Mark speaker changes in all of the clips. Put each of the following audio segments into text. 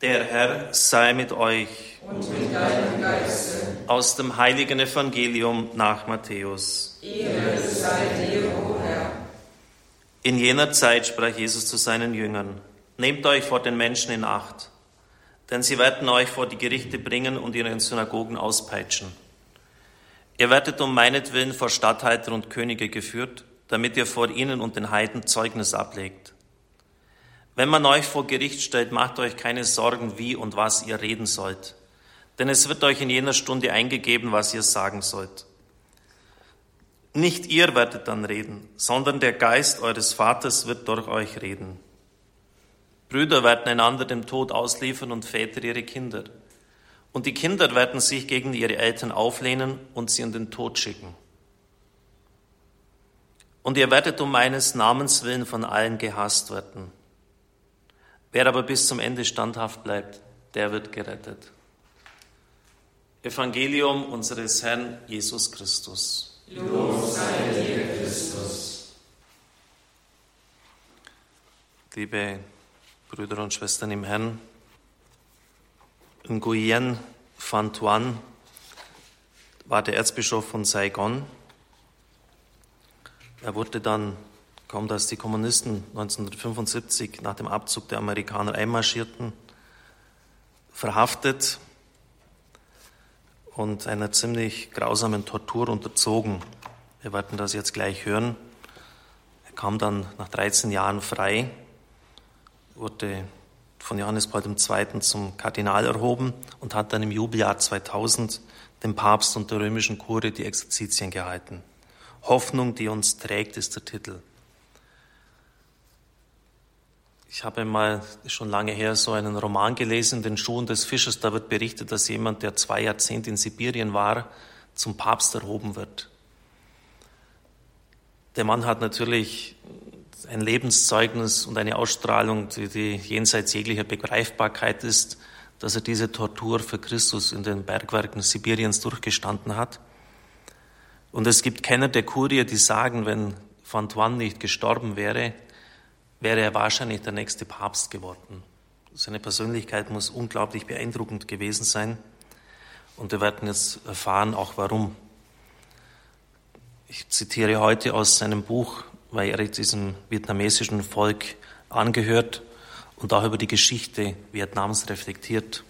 Speaker 1: Der Herr sei mit euch.
Speaker 2: Und mit deinem Geiste.
Speaker 1: Aus dem heiligen Evangelium nach Matthäus.
Speaker 2: Ehre sei dir, o Herr.
Speaker 1: In jener Zeit sprach Jesus zu seinen Jüngern: Nehmt euch vor den Menschen in Acht, denn sie werden euch vor die Gerichte bringen und in ihren Synagogen auspeitschen. Ihr werdet um meinetwillen vor Statthalter und Könige geführt, damit ihr vor ihnen und den Heiden Zeugnis ablegt. Wenn man euch vor Gericht stellt, macht euch keine Sorgen, wie und was ihr reden sollt. Denn es wird euch in jener Stunde eingegeben, was ihr sagen sollt. Nicht ihr werdet dann reden, sondern der Geist eures Vaters wird durch euch reden. Brüder werden einander dem Tod ausliefern und Väter ihre Kinder. Und die Kinder werden sich gegen ihre Eltern auflehnen und sie in den Tod schicken. Und ihr werdet um meines Namens willen von allen gehasst werden. Wer aber bis zum Ende standhaft bleibt, der wird gerettet. Evangelium unseres Herrn Jesus Christus.
Speaker 2: Lob sei dir, Christus.
Speaker 1: Liebe Brüder und Schwestern im Herrn, Nguyen Van Thuan war der Erzbischof von Saigon. Er wurde dann, kaum dass die Kommunisten 1975 nach dem Abzug der Amerikaner einmarschierten, verhaftet und einer ziemlich grausamen Tortur unterzogen. Wir werden das jetzt gleich hören. Er kam dann nach 13 Jahren frei, wurde von Johannes Paul II. Zum Kardinal erhoben und hat dann im Jubeljahr 2000 dem Papst und der römischen Kurie die Exerzitien gehalten. Hoffnung, die uns trägt, ist der Titel. Ich habe mal, schon lange her, so einen Roman gelesen, in den Schuhen des Fischers. Da wird berichtet, dass jemand, der 2 Jahrzehnte in Sibirien war, zum Papst erhoben wird. Der Mann hat natürlich ein Lebenszeugnis und eine Ausstrahlung, die jenseits jeglicher Begreifbarkeit ist, dass er diese Tortur für Christus in den Bergwerken Sibiriens durchgestanden hat. Und es gibt Kenner der Kurie, die sagen, wenn Van Thuan nicht gestorben wäre, wäre er wahrscheinlich der nächste Papst geworden. Seine Persönlichkeit muss unglaublich beeindruckend gewesen sein. Und wir werden jetzt erfahren, auch warum. Ich zitiere heute aus seinem Buch, weil er diesem vietnamesischen Volk angehört und auch über die Geschichte Vietnams reflektiert.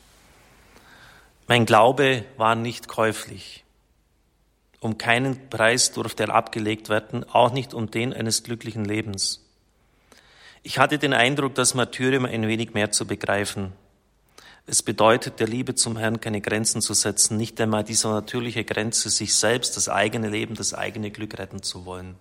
Speaker 1: Mein Glaube war nicht käuflich. Um keinen Preis durfte er abgelegt werden, auch nicht um den eines glücklichen Lebens. Ich hatte den Eindruck, das Martyrium ein wenig mehr zu begreifen. Es bedeutet, der Liebe zum Herrn keine Grenzen zu setzen, nicht einmal diese natürliche Grenze, sich selbst, das eigene Leben, das eigene Glück retten zu wollen.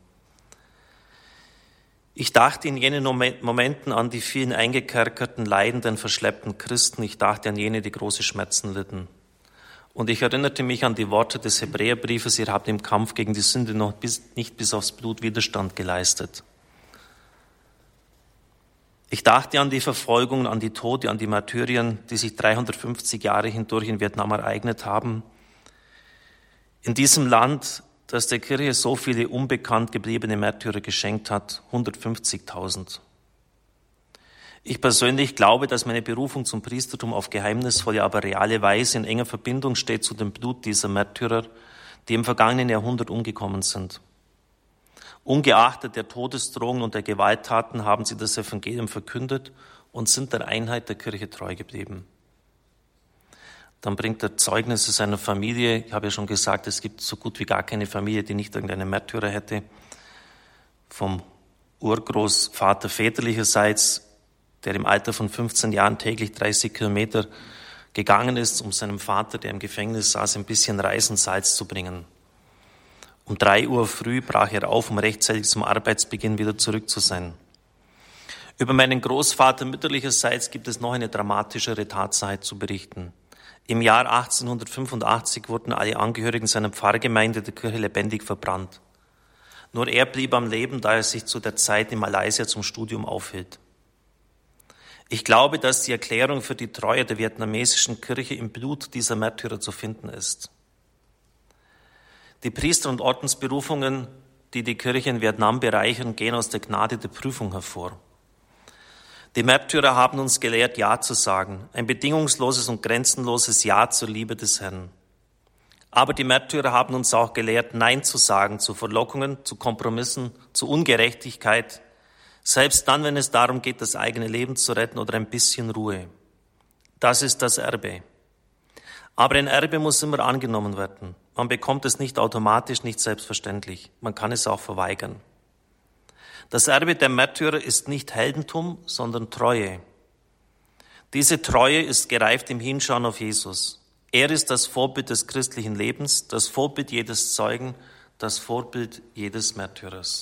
Speaker 1: Ich dachte in jenen Momenten an die vielen eingekerkerten, leidenden, verschleppten Christen. Ich dachte an jene, die große Schmerzen litten. Und ich erinnerte mich an die Worte des Hebräerbriefes: Ihr habt im Kampf gegen die Sünde noch nicht bis aufs Blut Widerstand geleistet. Ich dachte an die Verfolgungen, an die Tote, an die Martyrien, die sich 350 Jahre hindurch in Vietnam ereignet haben. In diesem Land, das der Kirche so viele unbekannt gebliebene Märtyrer geschenkt hat, 150.000. Ich persönlich glaube, dass meine Berufung zum Priestertum auf geheimnisvolle, aber reale Weise in enger Verbindung steht zu dem Blut dieser Märtyrer, die im vergangenen Jahrhundert umgekommen sind. Ungeachtet der Todesdrohungen und der Gewalttaten haben sie das Evangelium verkündet und sind der Einheit der Kirche treu geblieben. Dann bringt er Zeugnisse seiner Familie. Ich habe ja schon gesagt, es gibt so gut wie gar keine Familie, die nicht irgendeinen Märtyrer hätte. Vom Urgroßvater väterlicherseits, der im Alter von 15 Jahren täglich 30 Kilometer gegangen ist, um seinem Vater, der im Gefängnis saß, ein bisschen Reis und Salz zu bringen. Um 3 Uhr früh brach er auf, um rechtzeitig zum Arbeitsbeginn wieder zurück zu sein. Über meinen Großvater mütterlicherseits gibt es noch eine dramatischere Tatsache zu berichten. Im Jahr 1885 wurden alle Angehörigen seiner Pfarrgemeinde der Kirche lebendig verbrannt. Nur er blieb am Leben, da er sich zu der Zeit in Malaysia zum Studium aufhielt. Ich glaube, dass die Erklärung für die Treue der vietnamesischen Kirche im Blut dieser Märtyrer zu finden ist. Die Priester- und Die Märtyrer haben uns gelehrt, Ja zu sagen, ein bedingungsloses und grenzenloses Ja zur Liebe des Herrn. Aber die Märtyrer haben uns auch gelehrt, Nein zu sagen zu Verlockungen, zu Kompromissen, zu Ungerechtigkeit, selbst dann, wenn es darum geht, das eigene Leben zu retten oder ein bisschen Ruhe. Das ist das Erbe. Aber ein Erbe muss immer angenommen werden. Man bekommt es nicht automatisch, nicht selbstverständlich. Man kann es auch verweigern. Das Erbe der Märtyrer ist nicht Heldentum, sondern Treue. Diese Treue ist gereift im Hinschauen auf Jesus. Er ist das Vorbild des christlichen Lebens, das Vorbild jedes Zeugen, das Vorbild jedes Märtyrers.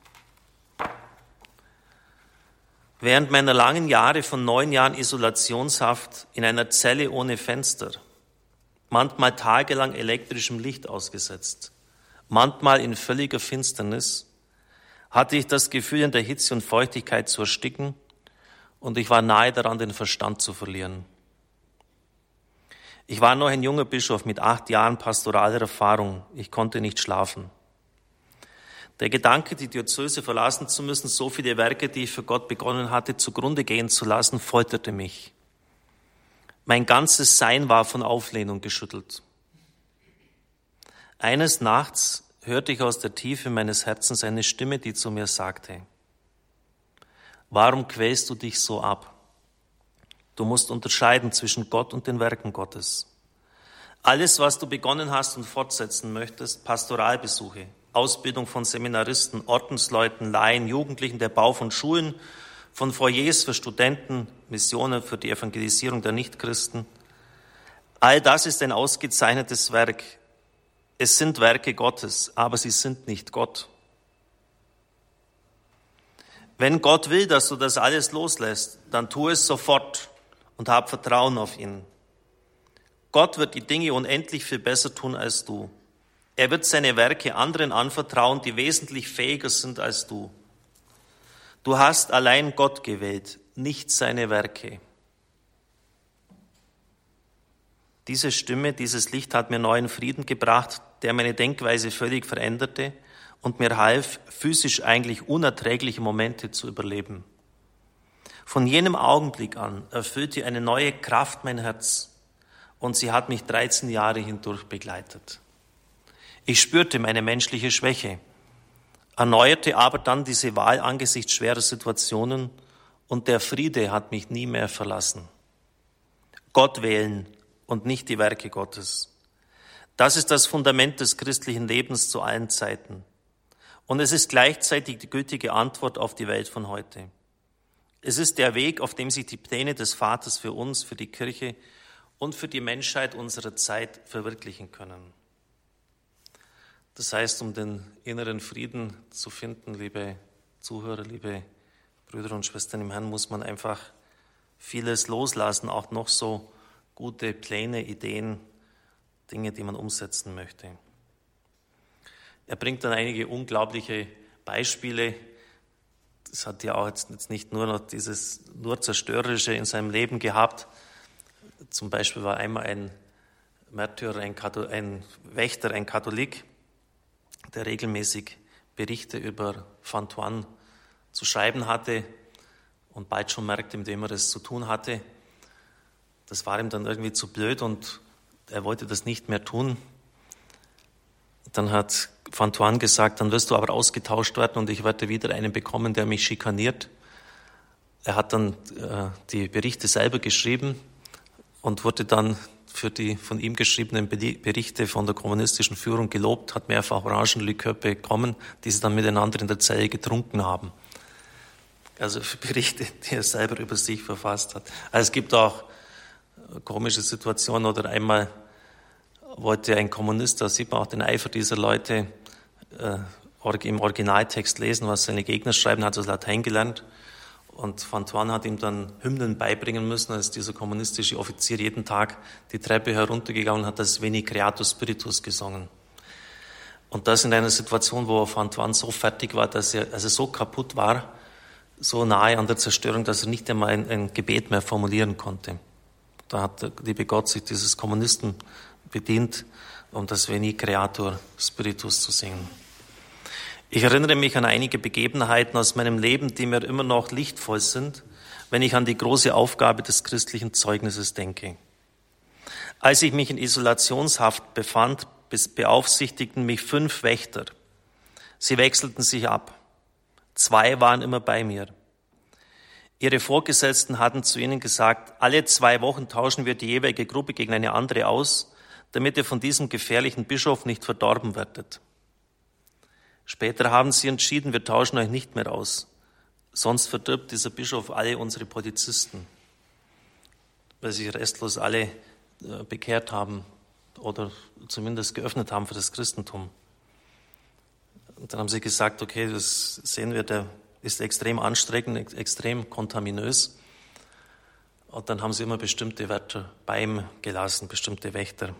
Speaker 1: Während meiner langen Jahre von 9 Jahren Isolationshaft in einer Zelle ohne Fenster, manchmal tagelang elektrischem Licht ausgesetzt, manchmal in völliger Finsternis, hatte ich das Gefühl, in der Hitze und Feuchtigkeit zu ersticken, und ich war nahe daran, den Verstand zu verlieren. Ich war noch ein junger Bischof mit 8 Jahren pastoraler Erfahrung. Ich konnte nicht schlafen. Der Gedanke, die Diözese verlassen zu müssen, so viele Werke, die ich für Gott begonnen hatte, zugrunde gehen zu lassen, folterte mich. Mein ganzes Sein war von Auflehnung geschüttelt. Eines Nachts hörte ich aus der Tiefe meines Herzens eine Stimme, die zu mir sagte: Warum quälst du dich so ab? Du musst unterscheiden zwischen Gott und den Werken Gottes. Alles, was du begonnen hast und fortsetzen möchtest, Pastoralbesuche, Ausbildung von Seminaristen, Ordensleuten, Laien, Jugendlichen, der Bau von Schulen, von Foyers für Studenten, Missionen für die Evangelisierung der Nichtchristen, all das ist ein ausgezeichnetes Werk. Es sind Werke Gottes, aber sie sind nicht Gott. Wenn Gott will, dass du das alles loslässt, dann tu es sofort und hab Vertrauen auf ihn. Gott wird die Dinge unendlich viel besser tun als du. Er wird seine Werke anderen anvertrauen, die wesentlich fähiger sind als du. Du hast allein Gott gewählt, nicht seine Werke. Diese Stimme, dieses Licht hat mir neuen Frieden gebracht, der meine Denkweise völlig veränderte und mir half, physisch eigentlich unerträgliche Momente zu überleben. Von jenem Augenblick an erfüllte eine neue Kraft mein Herz, und sie hat mich 13 Jahre hindurch begleitet. Ich spürte meine menschliche Schwäche, erneuerte aber dann diese Wahl angesichts schwerer Situationen, und der Friede hat mich nie mehr verlassen. Gott wählen und nicht die Werke Gottes. Das ist das Fundament des christlichen Lebens zu allen Zeiten. Und es ist gleichzeitig die gültige Antwort auf die Welt von heute. Es ist der Weg, auf dem sich die Pläne des Vaters für uns, für die Kirche und für die Menschheit unserer Zeit verwirklichen können. Das heißt, um den inneren Frieden zu finden, liebe Zuhörer, liebe Brüder und Schwestern im Herrn, muss man einfach vieles loslassen, auch noch so gute Pläne, Ideen, Dinge, die man umsetzen möchte. Er bringt dann einige unglaubliche Beispiele. Das hat ja auch jetzt nicht nur noch dieses nur Zerstörerische in seinem Leben gehabt. Zum Beispiel war einmal ein Märtyrer, ein Wächter, ein Katholik, der regelmäßig Berichte über Fantuan zu schreiben hatte und bald schon merkte, mit wem er es zu tun hatte. Das war ihm dann irgendwie zu blöd und er wollte das nicht mehr tun. Dann hat Fantuan gesagt, dann wirst du aber ausgetauscht werden und ich werde wieder einen bekommen, der mich schikaniert. Er hat dann die Berichte selber geschrieben und wurde dann für die von ihm geschriebenen Berichte von der kommunistischen Führung gelobt, hat mehrfach Orangenlikör bekommen, die sie dann miteinander in der Zelle getrunken haben. Also Berichte, die er selber über sich verfasst hat. Also es gibt auch komische Situationen, oder einmal wollte ein Kommunist, da sieht man auch den Eifer dieser Leute, im Originaltext lesen, was seine Gegner schreiben, hat das Latein gelernt. Und Fantuan hat ihm dann Hymnen beibringen müssen, als dieser kommunistische Offizier jeden Tag die Treppe heruntergegangen und hat das Veni Creator Spiritus gesungen. Und das in einer Situation, wo Fantuan so fertig war, dass er so kaputt war, so nahe an der Zerstörung, dass er nicht einmal ein Gebet mehr formulieren konnte. Da hat der liebe Gott sich dieses Kommunisten bedient, um das Veni Creator Spiritus zu singen. Ich erinnere mich an einige Begebenheiten aus meinem Leben, die mir immer noch lichtvoll sind, wenn ich an die große Aufgabe des christlichen Zeugnisses denke. Als ich mich in Isolationshaft befand, beaufsichtigten mich 5 Wächter. Sie wechselten sich ab. 2 waren immer bei mir. Ihre Vorgesetzten hatten zu ihnen gesagt, alle 2 Wochen tauschen wir die jeweilige Gruppe gegen eine andere aus, damit ihr von diesem gefährlichen Bischof nicht verdorben werdet. Später haben sie entschieden, wir tauschen euch nicht mehr aus, sonst verdirbt dieser Bischof alle unsere Polizisten, weil sich restlos alle bekehrt haben oder zumindest geöffnet haben für das Christentum. Und dann haben sie gesagt, okay, das sehen wir, der ist extrem anstrengend, extrem kontaminös. Und dann haben sie immer bestimmte Wärter bei ihm gelassen, bestimmte Wächter.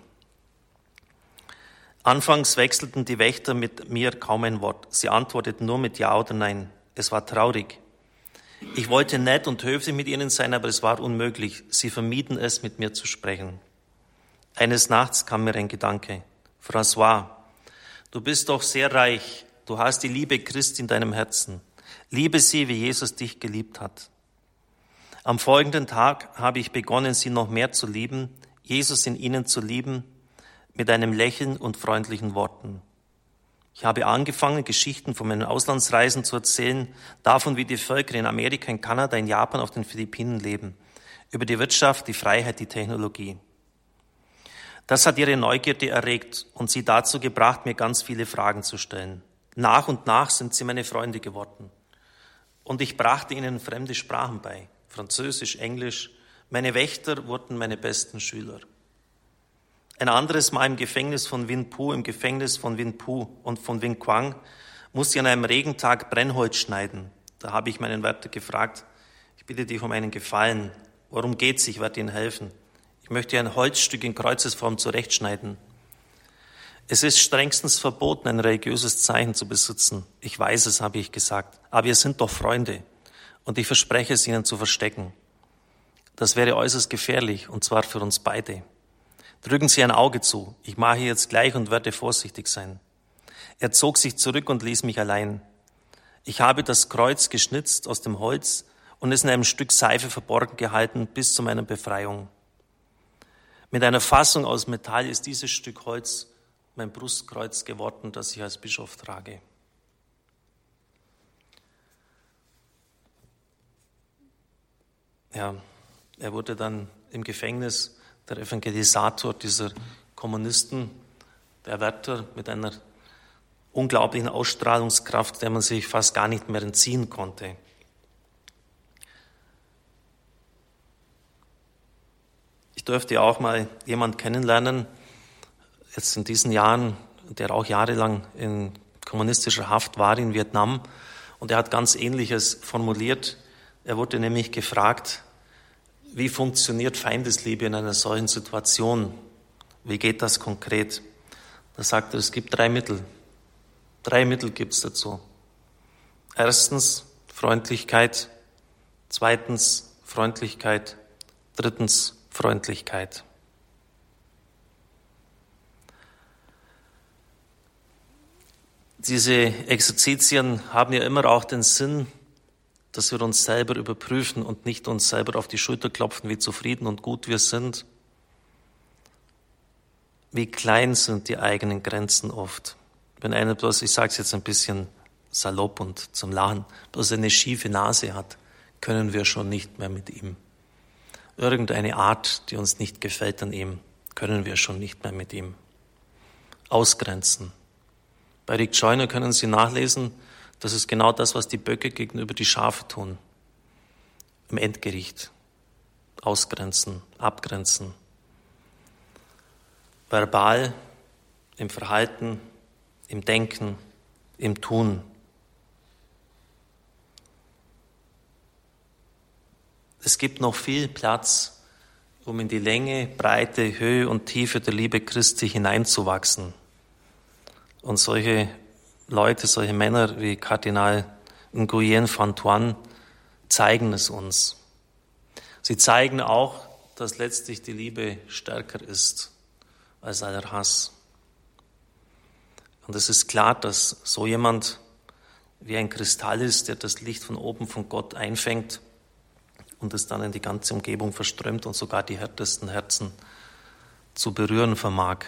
Speaker 1: Anfangs wechselten die Wächter mit mir kaum ein Wort. Sie antworteten nur mit Ja oder Nein. Es war traurig. Ich wollte nett und höflich mit ihnen sein, aber es war unmöglich. Sie vermieden es, mit mir zu sprechen. Eines Nachts kam mir ein Gedanke. François, du bist doch sehr reich. Du hast die Liebe Christi in deinem Herzen. Liebe sie, wie Jesus dich geliebt hat. Am folgenden Tag habe ich begonnen, sie noch mehr zu lieben, Jesus in ihnen zu lieben, mit einem Lächeln und freundlichen Worten. Ich habe angefangen, Geschichten von meinen Auslandsreisen zu erzählen, davon, wie die Völker in Amerika, in Kanada, in Japan, auf den Philippinen leben, über die Wirtschaft, die Freiheit, die Technologie. Das hat ihre Neugierde erregt und sie dazu gebracht, mir ganz viele Fragen zu stellen. Nach und nach sind sie meine Freunde geworden. Und ich brachte ihnen fremde Sprachen bei, Französisch, Englisch. Meine Wächter wurden meine besten Schüler. Ein anderes Mal im Gefängnis von Winpu und von Vinh Quang, musste ich an einem Regentag Brennholz schneiden. Da habe ich meinen Wärter gefragt, ich bitte dich um einen Gefallen. Worum geht's? Ich werde Ihnen helfen. Ich möchte ein Holzstück in Kreuzesform zurechtschneiden. Es ist strengstens verboten, ein religiöses Zeichen zu besitzen. Ich weiß es, habe ich gesagt. Aber wir sind doch Freunde. Und ich verspreche es Ihnen zu verstecken. Das wäre äußerst gefährlich, und zwar für uns beide. Drücken Sie ein Auge zu. Ich mache jetzt gleich und werde vorsichtig sein. Er zog sich zurück und ließ mich allein. Ich habe das Kreuz geschnitzt aus dem Holz und es in einem Stück Seife verborgen gehalten bis zu meiner Befreiung. Mit einer Fassung aus Metall ist dieses Stück Holz mein Brustkreuz geworden, das ich als Bischof trage. Ja, er wurde dann im Gefängnis der Evangelisator dieser Kommunisten, der Wärter mit einer unglaublichen Ausstrahlungskraft, der man sich fast gar nicht mehr entziehen konnte. Ich durfte auch mal jemanden kennenlernen, jetzt in diesen Jahren, der auch jahrelang in kommunistischer Haft war in Vietnam, und er hat ganz Ähnliches formuliert. Er wurde nämlich gefragt, wie funktioniert Feindesliebe in einer solchen Situation? Wie geht das konkret? Da sagt er, es gibt 3 Mittel. 3 Mittel gibt es dazu. Erstens Freundlichkeit, zweitens Freundlichkeit, drittens Freundlichkeit. Diese Exerzitien haben ja immer auch den Sinn, dass wir uns selber überprüfen und nicht uns selber auf die Schulter klopfen, wie zufrieden und gut wir sind. Wie klein sind die eigenen Grenzen oft. Wenn einer bloß, ich sage es jetzt ein bisschen salopp und zum Lachen, bloß eine schiefe Nase hat, können wir schon nicht mehr mit ihm. Irgendeine Art, die uns nicht gefällt an ihm, können wir schon nicht mehr mit ihm. Ausgrenzen. Bei Rick Joyner können Sie nachlesen, das ist genau das, was die Böcke gegenüber die Schafe tun. Im Endgericht. Ausgrenzen, abgrenzen. Verbal, im Verhalten, im Denken, im Tun. Es gibt noch viel Platz, um in die Länge, Breite, Höhe und Tiefe der Liebe Christi hineinzuwachsen. Und solche Leute, solche Männer wie Kardinal Nguyen Van Thuan zeigen es uns. Sie zeigen auch, dass letztlich die Liebe stärker ist als aller Hass. Und es ist klar, dass so jemand wie ein Kristall ist, der das Licht von oben von Gott einfängt und es dann in die ganze Umgebung verströmt und sogar die härtesten Herzen zu berühren vermag.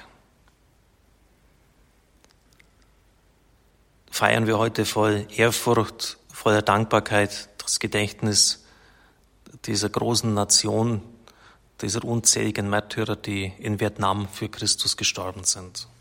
Speaker 1: Feiern wir heute voll Ehrfurcht, voller Dankbarkeit das Gedächtnis dieser großen Nation, dieser unzähligen Märtyrer, die in Vietnam für Christus gestorben sind.